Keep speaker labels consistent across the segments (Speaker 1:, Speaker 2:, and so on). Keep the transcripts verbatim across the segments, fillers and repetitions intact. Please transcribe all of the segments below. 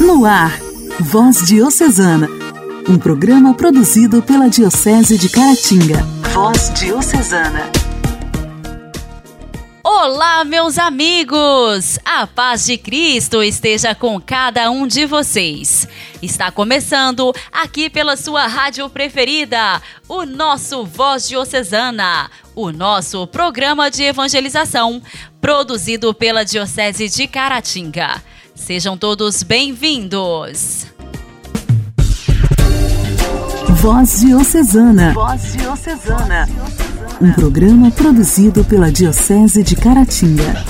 Speaker 1: No ar, Voz Diocesana, um programa produzido pela Diocese de Caratinga. Voz Diocesana.
Speaker 2: Olá, meus amigos! A paz de Cristo esteja com cada um de vocês. Está começando aqui pela sua rádio preferida, o nosso Voz Diocesana, o nosso programa de evangelização, produzido pela Diocese de Caratinga. Sejam todos bem-vindos!
Speaker 1: Voz Diocesana. Voz Diocesana. Um programa produzido pela Diocese de Caratinga.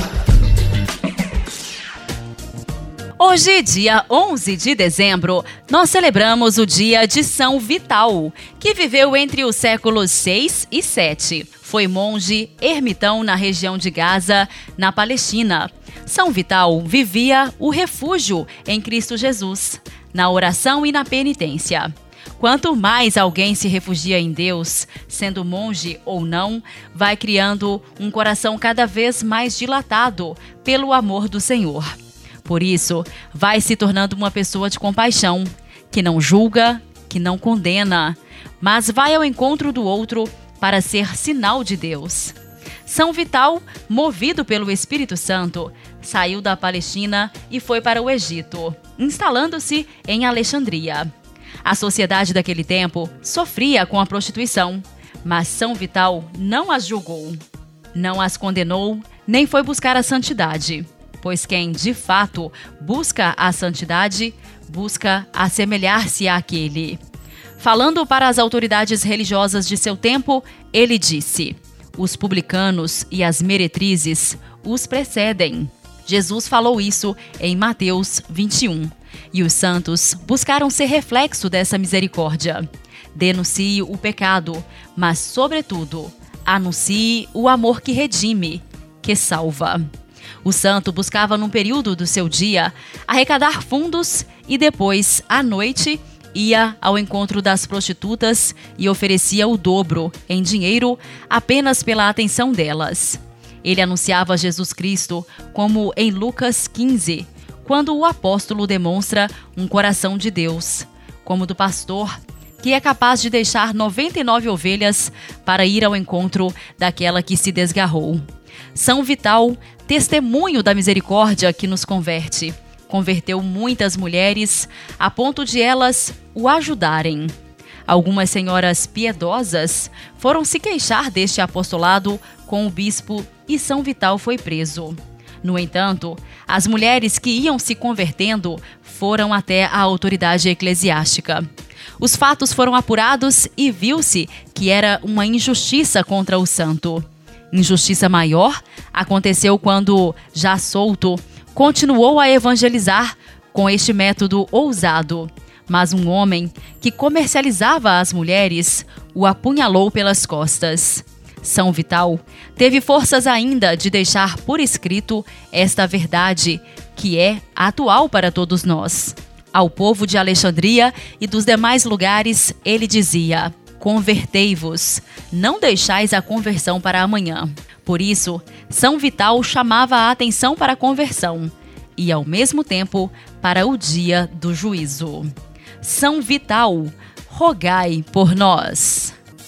Speaker 2: Hoje, dia onze de dezembro, nós celebramos o dia de São Vital, que viveu entre os séculos seis e sete. Foi monge ermitão na região de Gaza, na Palestina. São Vital vivia o refúgio em Cristo Jesus, na oração e na penitência. Quanto mais alguém se refugia em Deus, sendo monge ou não, vai criando um coração cada vez mais dilatado pelo amor do Senhor. Por isso, vai se tornando uma pessoa de compaixão, que não julga, que não condena, mas vai ao encontro do outro para ser sinal de Deus. São Vital, movido pelo Espírito Santo, saiu da Palestina e foi para o Egito, instalando-se em Alexandria. A sociedade daquele tempo sofria com a prostituição, mas São Vital não as julgou, não as condenou, nem foi buscar a santidade, pois quem, de fato, busca a santidade, busca assemelhar-se àquele. Falando para as autoridades religiosas de seu tempo, ele disse: os publicanos e as meretrizes os precedem. Jesus falou isso em Mateus vinte e um. E os santos buscaram ser reflexo dessa misericórdia. Denuncie o pecado, mas, sobretudo, anuncie o amor que redime, que salva. O santo buscava, num período do seu dia, arrecadar fundos e depois, à noite, ia ao encontro das prostitutas e oferecia o dobro, em dinheiro, apenas pela atenção delas. Ele anunciava Jesus Cristo, como em Lucas quinze, quando o apóstolo demonstra um coração de Deus, como do pastor, que é capaz de deixar noventa e nove ovelhas para ir ao encontro daquela que se desgarrou. São Vital, testemunho da misericórdia que nos converte, converteu muitas mulheres a ponto de elas o ajudarem. Algumas senhoras piedosas foram se queixar deste apostolado com o bispo e São Vital foi preso. No entanto, as mulheres que iam se convertendo foram até a autoridade eclesiástica. Os fatos foram apurados e viu-se que era uma injustiça contra o santo. Injustiça maior aconteceu quando, já solto, continuou a evangelizar com este método ousado. Mas um homem que comercializava as mulheres o apunhalou pelas costas. São Vital teve forças ainda de deixar por escrito esta verdade, que é atual para todos nós. Ao povo de Alexandria e dos demais lugares, ele dizia: convertei-vos, não deixais a conversão para amanhã. Por isso, São Vital chamava a atenção para a conversão e, ao mesmo tempo, para o dia do juízo. São Vital, rogai por nós.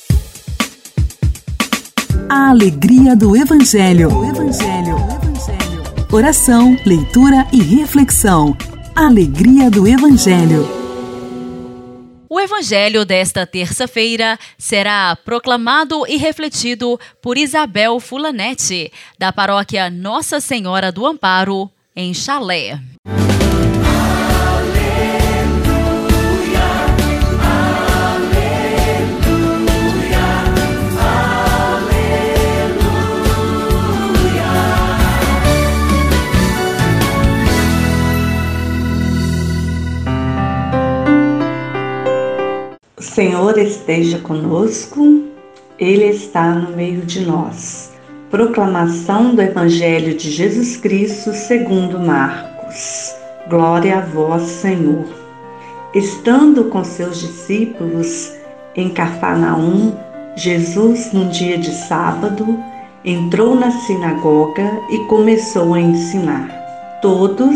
Speaker 1: A alegria do Evangelho. O Evangelho. O Evangelho. Oração, leitura e reflexão. Alegria do Evangelho.
Speaker 2: O Evangelho desta terça-feira será proclamado e refletido por Isabel Fulanete, da paróquia Nossa Senhora do Amparo, em Chalé.
Speaker 3: O Senhor esteja conosco, Ele está no meio de nós. Proclamação do Evangelho de Jesus Cristo segundo Marcos. Glória a vós, Senhor. Estando com seus discípulos em Cafarnaum, Jesus, num dia de sábado, entrou na sinagoga e começou a ensinar. Todos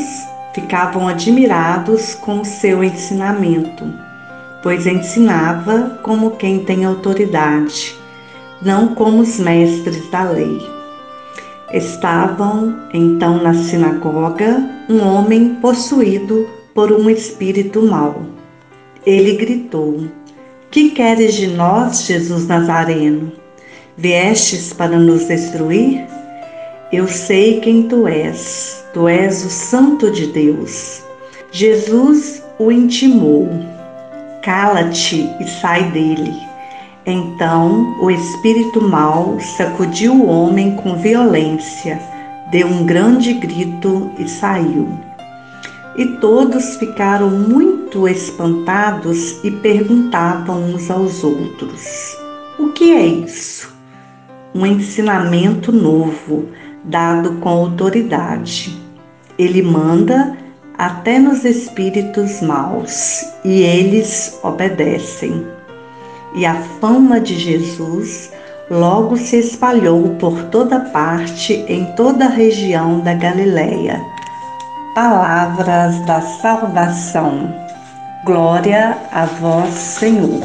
Speaker 3: ficavam admirados com o seu ensinamento, pois ensinava como quem tem autoridade, não como os mestres da lei. Estavam então na sinagoga um homem possuído por um espírito mau. Ele gritou: "Que queres de nós, Jesus Nazareno? Viestes para nos destruir? Eu sei quem tu és, tu és o Santo de Deus." Jesus o intimou: "Cala-te e sai dele." Então o espírito mau sacudiu o homem com violência, deu um grande grito e saiu. E todos ficaram muito espantados e perguntavam uns aos outros: "O que é isso?" Um ensinamento novo, dado com autoridade. Ele manda até nos espíritos maus, e eles obedecem. E a fama de Jesus logo se espalhou por toda parte, em toda a região da Galileia. Palavras da salvação. Glória a vós, Senhor.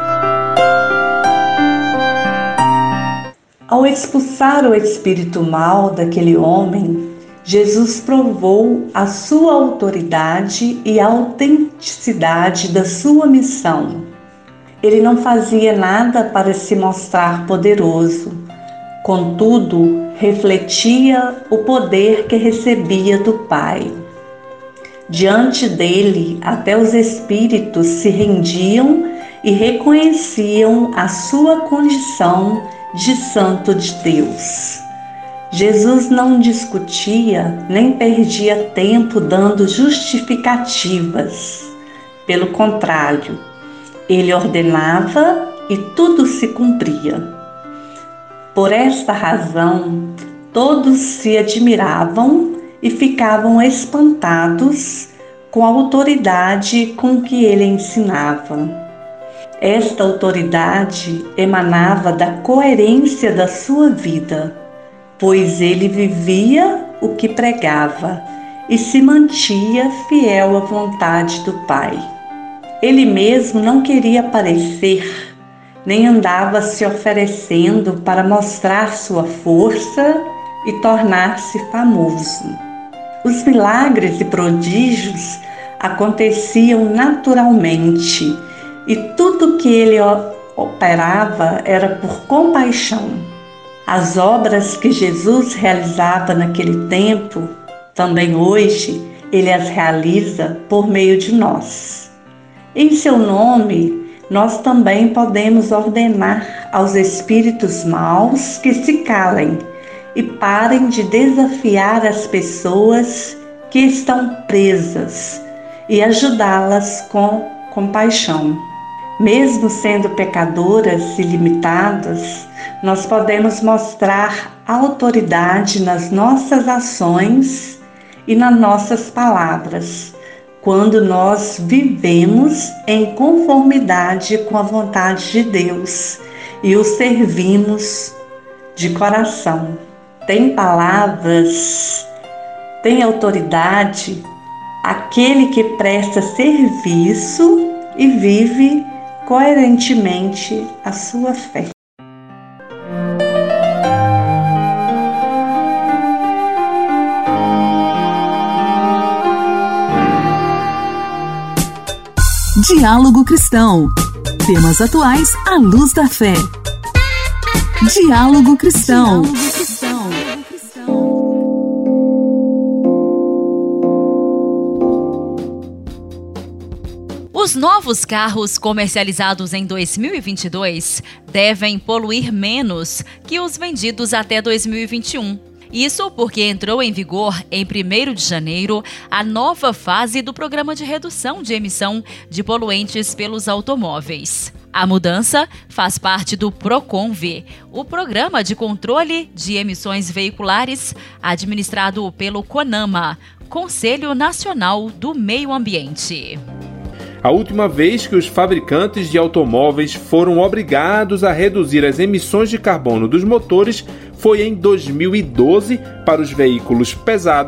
Speaker 3: Ao expulsar o espírito mau daquele homem, Jesus provou a sua autoridade e a autenticidade da sua missão. Ele não fazia nada para se mostrar poderoso, contudo, refletia o poder que recebia do Pai. Diante dele, até os espíritos se rendiam e reconheciam a sua condição de Santo de Deus. Jesus não discutia nem perdia tempo dando justificativas. Pelo contrário, ele ordenava e tudo se cumpria. Por esta razão, todos se admiravam e ficavam espantados com a autoridade com que ele ensinava. Esta autoridade emanava da coerência da sua vida, pois ele vivia o que pregava e se mantinha fiel à vontade do Pai. Ele mesmo não queria aparecer, nem andava se oferecendo para mostrar sua força e tornar-se famoso. Os milagres e prodígios aconteciam naturalmente, e tudo que ele operava era por compaixão. As obras que Jesus realizava naquele tempo, também hoje, ele as realiza por meio de nós. Em seu nome, nós também podemos ordenar aos espíritos maus que se calem e parem de desafiar as pessoas que estão presas e ajudá-las com compaixão. Mesmo sendo pecadoras e limitadas, nós podemos mostrar autoridade nas nossas ações e nas nossas palavras, quando nós vivemos em conformidade com a vontade de Deus e o servimos de coração. Tem palavras, tem autoridade aquele que presta serviço e vive coerentemente a sua fé.
Speaker 1: Diálogo Cristão. Temas atuais à luz da fé. Diálogo Cristão.
Speaker 2: Os novos carros comercializados em dois mil e vinte e dois devem poluir menos que os vendidos até dois mil e vinte e um. Isso porque entrou em vigor, em primeiro de janeiro, a nova fase do Programa de Redução de Emissão de Poluentes pelos Automóveis. A mudança faz parte do PROCONVE, o Programa de Controle de Emissões Veiculares, administrado pelo CONAMA, Conselho Nacional do Meio Ambiente.
Speaker 4: A última vez que os fabricantes de automóveis foram obrigados a reduzir as emissões de carbono dos motores foi em dois mil e doze para os veículos pesados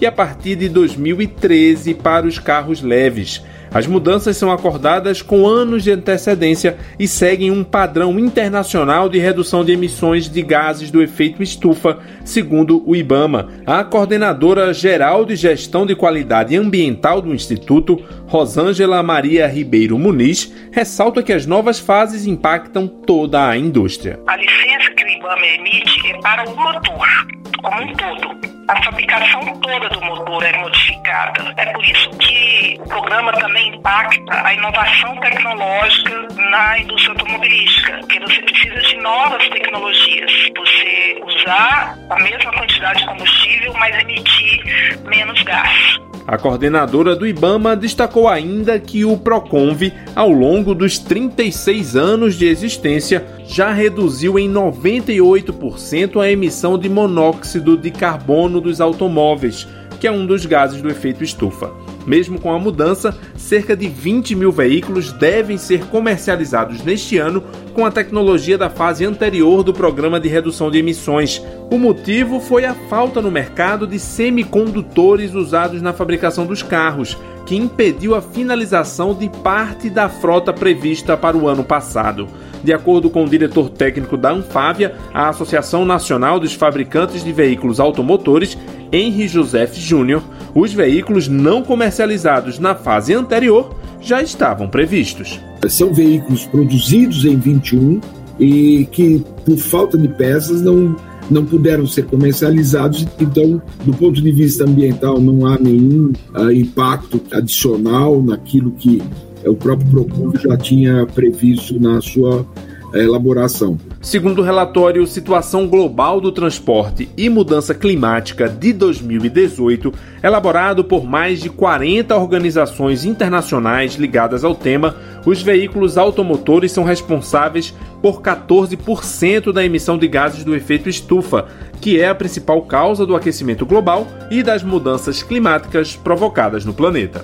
Speaker 4: e a partir de dois mil e treze para os carros leves. As mudanças são acordadas com anos de antecedência e seguem um padrão internacional de redução de emissões de gases do efeito estufa, segundo o IBAMA. A coordenadora geral de gestão de qualidade ambiental do Instituto, Rosângela Maria Ribeiro Muniz, ressalta que as novas fases impactam toda a indústria.
Speaker 5: A licença que o IBAMA emite é para o motor, como um todo. A fabricação toda do motor é modificada. É por isso que o programa também impacta a inovação tecnológica na indústria automobilística, porque você precisa de novas tecnologias. Você usar a mesma quantidade de combustível, mas emitir menos gás.
Speaker 4: A coordenadora do IBAMA destacou ainda que o Proconv, ao longo dos trinta e seis anos de existência, já reduziu em noventa e oito por cento a emissão de monóxido de carbono dos automóveis, que é um dos gases do efeito estufa. Mesmo com a mudança, cerca de vinte mil veículos devem ser comercializados neste ano com a tecnologia da fase anterior do programa de redução de emissões. O motivo foi a falta no mercado de semicondutores usados na fabricação dos carros, que impediu a finalização de parte da frota prevista para o ano passado. De acordo com o diretor técnico da Anfávia, a Associação Nacional dos Fabricantes de Veículos Automotores, Henry Joseph Júnior, os veículos não comercializados na fase anterior já estavam previstos.
Speaker 6: São veículos produzidos em vinte e um e que, por falta de peças, não, não puderam ser comercializados. Então, do ponto de vista ambiental, não há nenhum uh, impacto adicional naquilo que o próprio Proconv já tinha previsto na sua elaboração.
Speaker 4: Segundo o relatório Situação Global do Transporte e Mudança Climática de dois mil e dezoito, elaborado por mais de quarenta organizações internacionais ligadas ao tema, os veículos automotores são responsáveis por quatorze por cento da emissão de gases do efeito estufa, que é a principal causa do aquecimento global e das mudanças climáticas provocadas no planeta.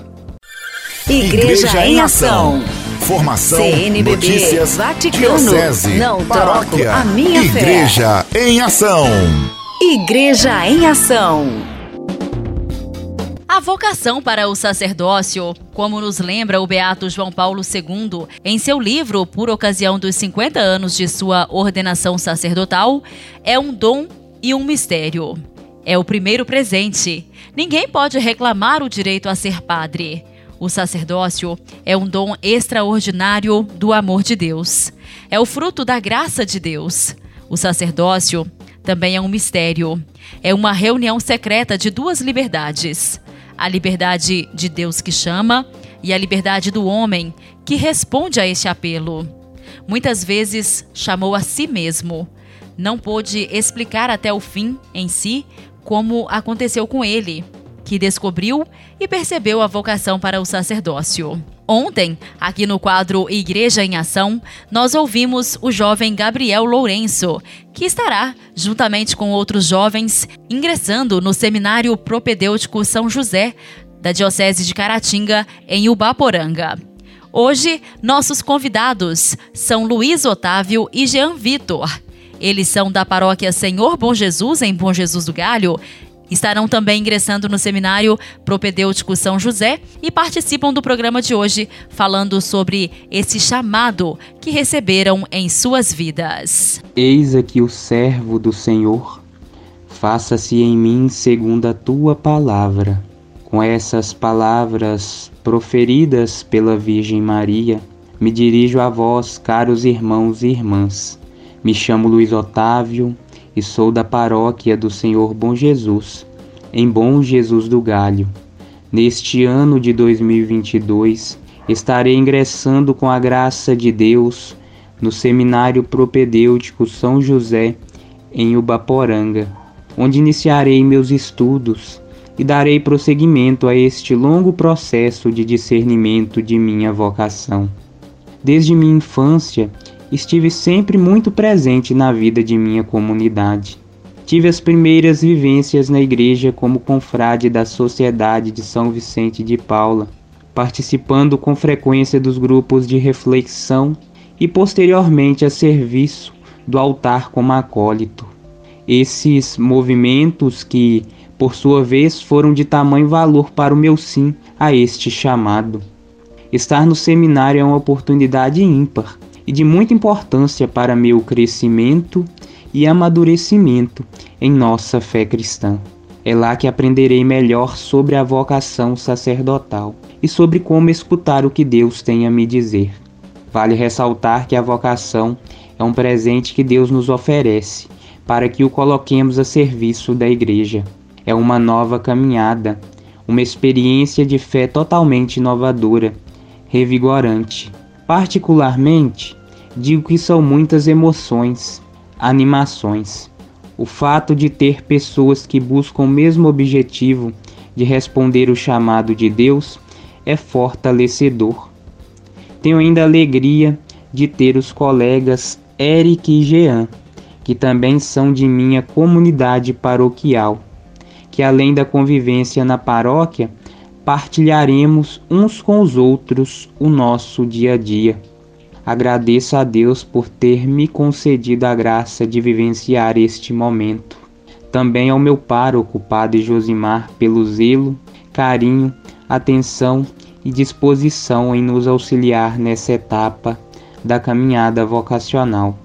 Speaker 1: Igreja, Igreja em Ação.
Speaker 7: Formação,
Speaker 1: C N B B,
Speaker 7: notícias,
Speaker 1: Vaticano,
Speaker 7: diocese,
Speaker 1: não
Speaker 7: paróquia,
Speaker 1: troco a minha
Speaker 7: Igreja
Speaker 1: fé.
Speaker 7: em Ação.
Speaker 1: Igreja em Ação.
Speaker 2: A vocação para o sacerdócio, como nos lembra o beato João Paulo segundo, em seu livro por ocasião dos cinquenta anos de sua ordenação sacerdotal, é um dom e um mistério. É o primeiro presente. Ninguém pode reclamar o direito a ser padre. O sacerdócio é um dom extraordinário do amor de Deus. É o fruto da graça de Deus. O sacerdócio também é um mistério. É uma reunião secreta de duas liberdades. A liberdade de Deus que chama e a liberdade do homem que responde a este apelo. Muitas vezes chamou a si mesmo. Não pôde explicar até o fim, em si, como aconteceu com ele, que descobriu e percebeu a vocação para o sacerdócio. Ontem, aqui no quadro Igreja em Ação, nós ouvimos o jovem Gabriel Lourenço, que estará, juntamente com outros jovens, ingressando no Seminário Propedêutico São José, da Diocese de Caratinga, em Ubaporanga. Hoje, nossos convidados são Luiz Otávio e Jean Vitor. Eles são da paróquia Senhor Bom Jesus, em Bom Jesus do Galho. Estarão também ingressando no Seminário Propedêutico São José e participam do programa de hoje, falando sobre esse chamado que receberam em suas vidas.
Speaker 8: Eis aqui o servo do Senhor, faça-se em mim segundo a tua palavra. Com essas palavras proferidas pela Virgem Maria, me dirijo a vós, caros irmãos e irmãs. Me chamo Luiz Otávio e sou da paróquia do Senhor Bom Jesus, em Bom Jesus do Galho. Neste ano de dois mil e vinte e dois, estarei ingressando com a graça de Deus no Seminário Propedêutico São José, em Ubaporanga, onde iniciarei meus estudos e darei prosseguimento a este longo processo de discernimento de minha vocação. Desde minha infância, estive sempre muito presente na vida de minha comunidade. Tive as primeiras vivências na igreja como confrade da Sociedade de São Vicente de Paula, participando com frequência dos grupos de reflexão e posteriormente a serviço do altar como acólito. Esses movimentos que por sua vez, foram de tamanho valor para o meu sim a este chamado. Estar no seminário é uma oportunidade ímpar e de muita importância para meu crescimento e amadurecimento em nossa fé cristã. É lá que aprenderei melhor sobre a vocação sacerdotal e sobre como escutar o que Deus tem a me dizer. Vale ressaltar que a vocação é um presente que Deus nos oferece para que o coloquemos a serviço da Igreja. É uma nova caminhada, uma experiência de fé totalmente inovadora, revigorante. Particularmente, digo que são muitas emoções, animações. O fato de ter pessoas que buscam o mesmo objetivo de responder o chamado de Deus é fortalecedor. Tenho ainda a alegria de ter os colegas Eric e Jean, que também são de minha comunidade paroquial, que além da convivência na paróquia, partilharemos uns com os outros o nosso dia a dia. Agradeço a Deus por ter me concedido a graça de vivenciar este momento. Também ao meu pároco, Padre Josimar, pelo zelo, carinho, atenção e disposição em nos auxiliar nessa etapa da caminhada vocacional.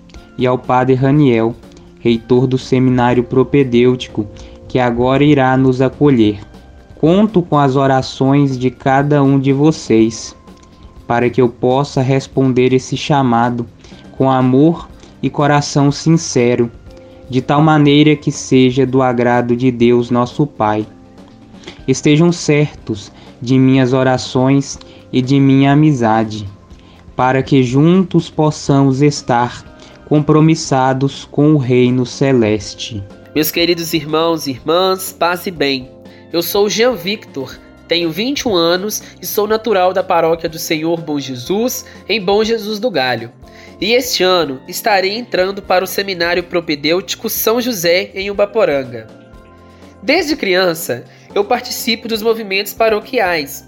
Speaker 8: E ao Padre Raniel, reitor do Seminário Propedêutico, que agora irá nos acolher. Conto com as orações de cada um de vocês, para que eu possa responder esse chamado com amor e coração sincero, de tal maneira que seja do agrado de Deus nosso Pai. Estejam certos de minhas orações e de minha amizade, para que juntos possamos estar compromissados com o Reino Celeste.
Speaker 7: Meus queridos irmãos e irmãs, paz e bem. Eu sou o Jean Victor, tenho vinte e um anos e sou natural da Paróquia do Senhor Bom Jesus, em Bom Jesus do Galho. E este ano estarei entrando para o Seminário Propedêutico São José, em Ubaporanga. Desde criança, eu participo dos movimentos paroquiais.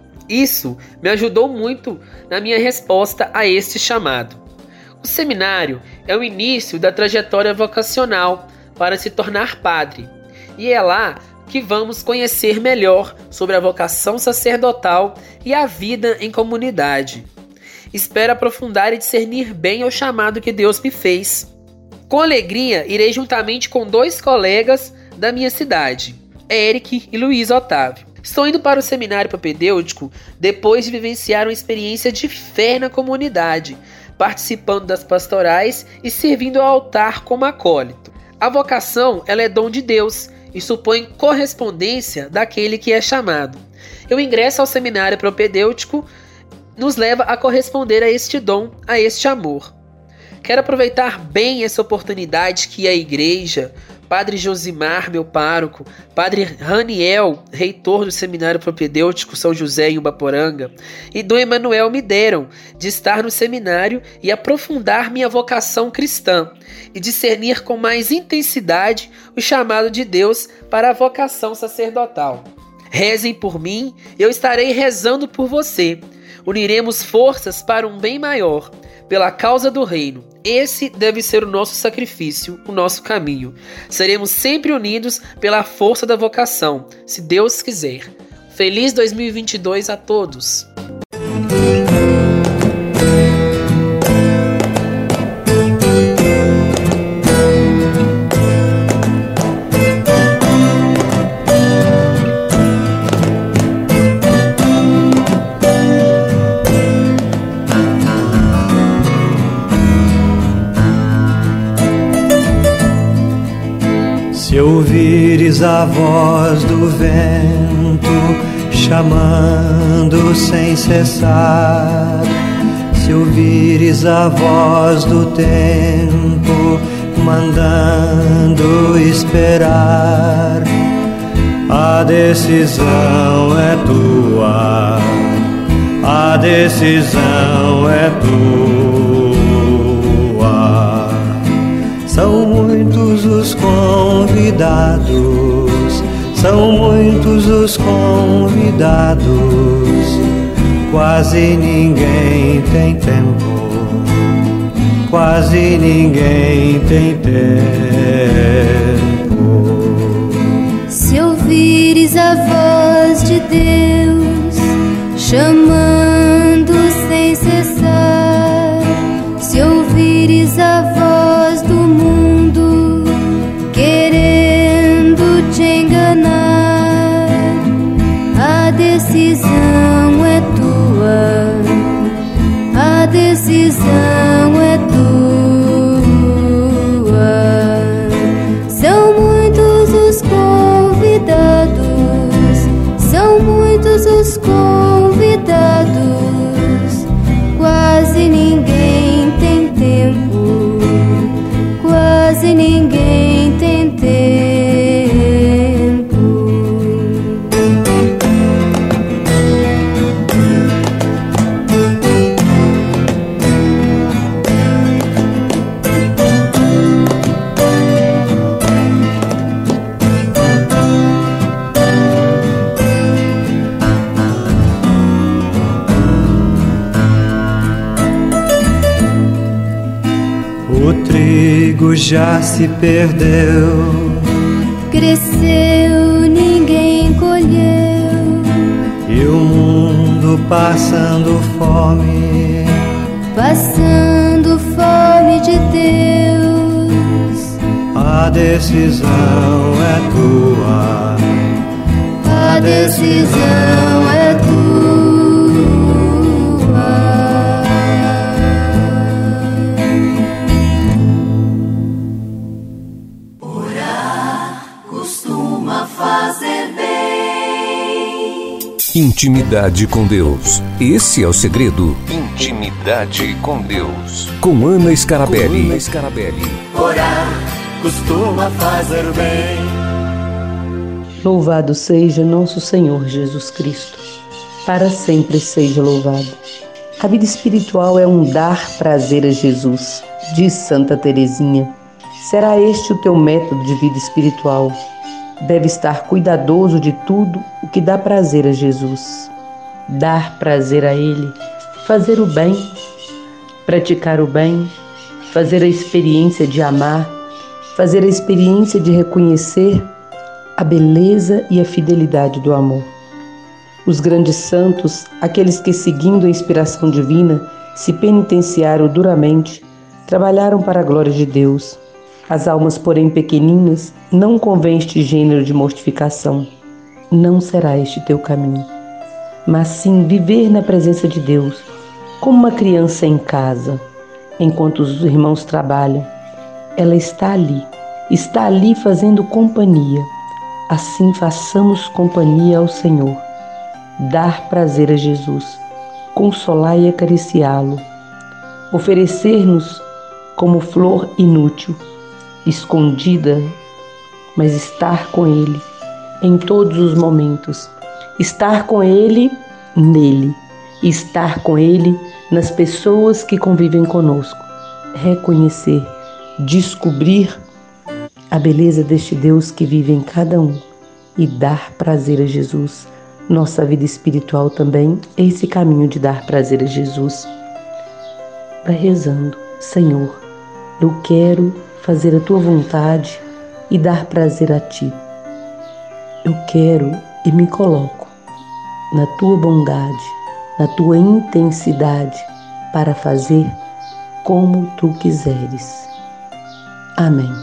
Speaker 7: Isso me ajudou muito na minha resposta a este chamado. O seminário é o início da trajetória vocacional para se tornar padre, e é lá que vamos conhecer melhor sobre a vocação sacerdotal e a vida em comunidade. Espero aprofundar e discernir bem o chamado que Deus me fez. Com alegria, irei juntamente com dois colegas da minha cidade, Eric e Luiz Otávio. Estou indo para o seminário propedêutico depois de vivenciar uma experiência de fé na comunidade, participando das pastorais e servindo ao altar como acólito. A vocação, ela é dom de Deus e supõe correspondência daquele que é chamado. O ingresso ao seminário propedêutico nos leva a corresponder a este dom, a este amor. Quero aproveitar bem essa oportunidade que a Igreja, Padre Josimar, meu pároco, Padre Raniel, reitor do Seminário Propedêutico São José em Ubaporanga, e Dom Emanuel me deram de estar no seminário e aprofundar minha vocação cristã e discernir com mais intensidade o chamado de Deus para a vocação sacerdotal. Rezem por mim, eu estarei rezando por você. Uniremos forças para um bem maior, pela causa do reino. Esse deve ser o nosso sacrifício, o nosso caminho. Seremos sempre unidos pela força da vocação, se Deus quiser. Feliz dois mil e vinte e dois a todos!
Speaker 9: Se ouvires a voz do vento chamando sem cessar, se ouvires a voz do tempo mandando esperar, a decisão é tua, a decisão é tua. São muitos os convidados, são muitos os convidados, quase ninguém tem tempo, quase ninguém tem tempo.
Speaker 10: ouvires a voz de Deus chamando sem cessar, se ouvires a voz do mundo querendo te enganar, a decisão é tua, a decisão é tua. São muitos os convidados, são muitos os convidados, quase ninguém tem tempo, quase ninguém tem tempo.
Speaker 9: O trigo já se perdeu,
Speaker 10: Cresceu, ninguém colheu,
Speaker 9: e o mundo passando fome,
Speaker 10: passando fome de Deus.
Speaker 9: a decisão é tua,
Speaker 10: A decisão é tua.
Speaker 11: Intimidade com Deus. Esse é o segredo. Intimidade com Deus. Com Ana Scarabelli. Com Ana Scarabelli.
Speaker 12: Orar costuma fazer bem.
Speaker 13: Louvado seja nosso Senhor Jesus Cristo. Para sempre seja louvado. A vida espiritual é um dar prazer a Jesus, diz Santa Teresinha. Será este o teu método de vida espiritual? Deve estar cuidadoso de tudo o que dá prazer a Jesus. Dar prazer a Ele, fazer o bem, praticar o bem, fazer a experiência de amar, fazer a experiência de reconhecer a beleza e a fidelidade do amor. Os grandes santos, aqueles que, seguindo a inspiração divina, se penitenciaram duramente, trabalharam para a glória de Deus. As almas, porém, pequeninas, não convém este gênero de mortificação. Não será este teu caminho. Mas sim viver na presença de Deus, como uma criança em casa. Enquanto os irmãos trabalham, ela está ali, está ali fazendo companhia. Assim façamos companhia ao Senhor. Dar prazer a Jesus, consolar e acariciá-lo. Oferecer-nos como flor inútil, escondida, mas estar com Ele em todos os momentos, estar com Ele nele, estar com Ele nas pessoas que convivem conosco, reconhecer, descobrir a beleza deste Deus que vive em cada um e dar prazer a Jesus. Nossa vida espiritual também é esse caminho de dar prazer a Jesus. Vai rezando: Senhor, eu quero fazer a Tua vontade e dar prazer a Ti. Eu quero e me coloco na Tua bondade, na Tua intensidade para fazer como Tu quiseres. Amém.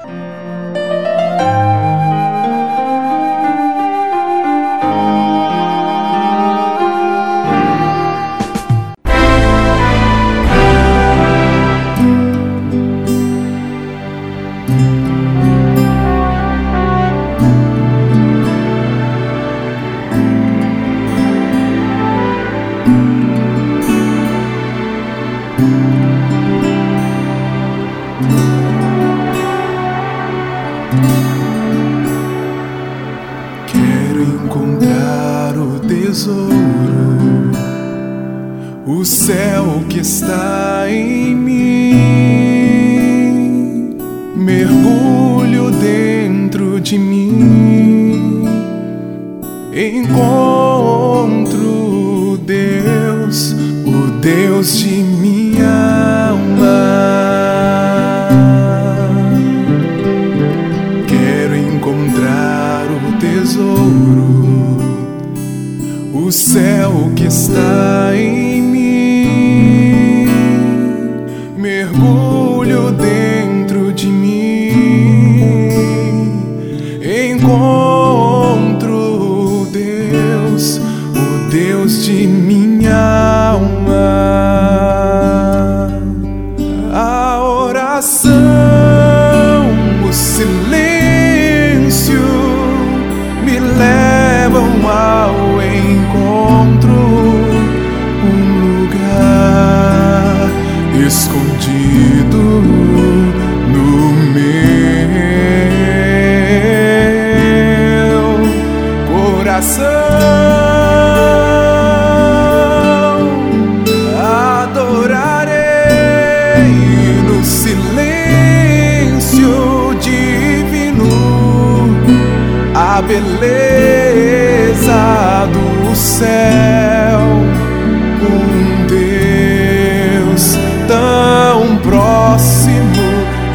Speaker 12: Quero encontrar o tesouro, o céu que está em mim. Mergulho dentro de mim, encontro Deus, o Deus de minha alma. Quero encontrar o tesouro, céu que está em mim, mergulho dentro de mim, encontro Deus, o Deus de minha alma. A oração, o silêncio me levam ao encontro, um lugar escondido no meu coração. Adorarei no silêncio divino a beleza do céu, um Deus tão próximo,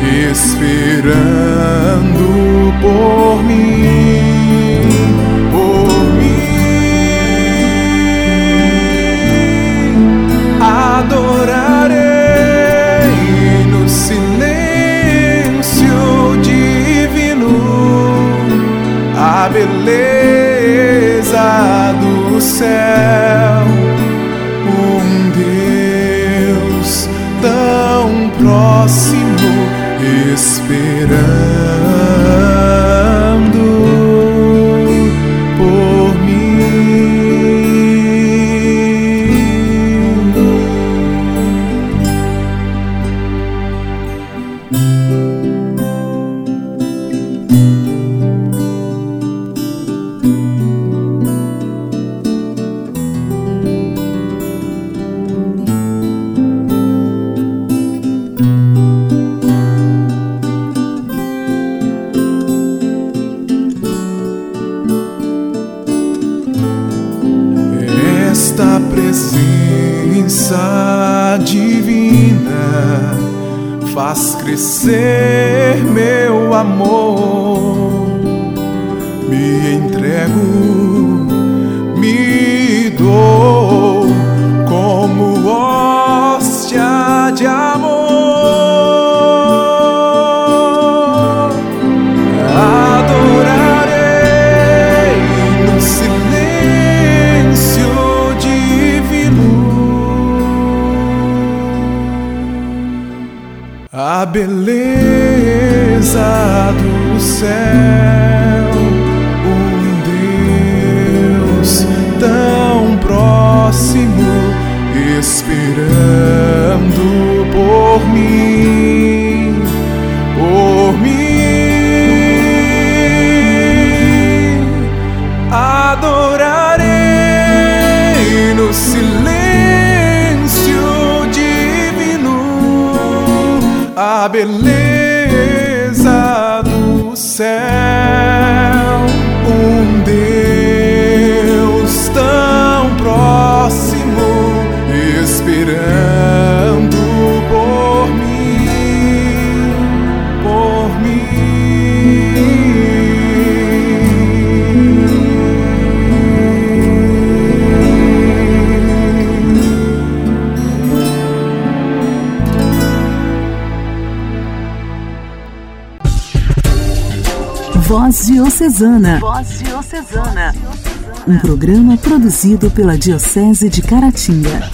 Speaker 12: esperando por mim, por mim. Adorarei no silêncio divino a beleza do céu, um Deus tão próximo, esperando por mim. Esta presença divina faz crescer meu amor. Me entrego, me dou como hóstia de amor. Adorarei no silêncio a beleza do céu, um Deus tão próximo, esperando por mim, por mim. Adorarei no silêncio a beleza do céu, um Deus tão próximo, esperando por mim, por
Speaker 1: Voz Diocesana. Voz Diocesana. Um programa produzido pela Diocese de Caratinga.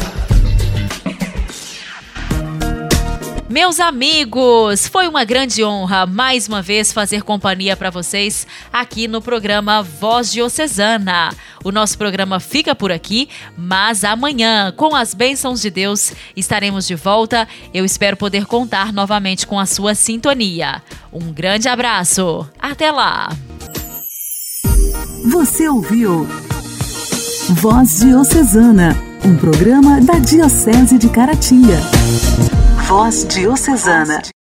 Speaker 2: Meus amigos, foi uma grande honra mais uma vez fazer companhia para vocês aqui no programa Voz Diocesana. O nosso programa fica por aqui, mas amanhã, com as bênçãos de Deus, estaremos de volta. Eu espero poder contar novamente com a sua sintonia. Um grande abraço. Até lá.
Speaker 1: Você ouviu Voz Diocesana, um programa da Diocese de Caratinga. Voz Diocesana.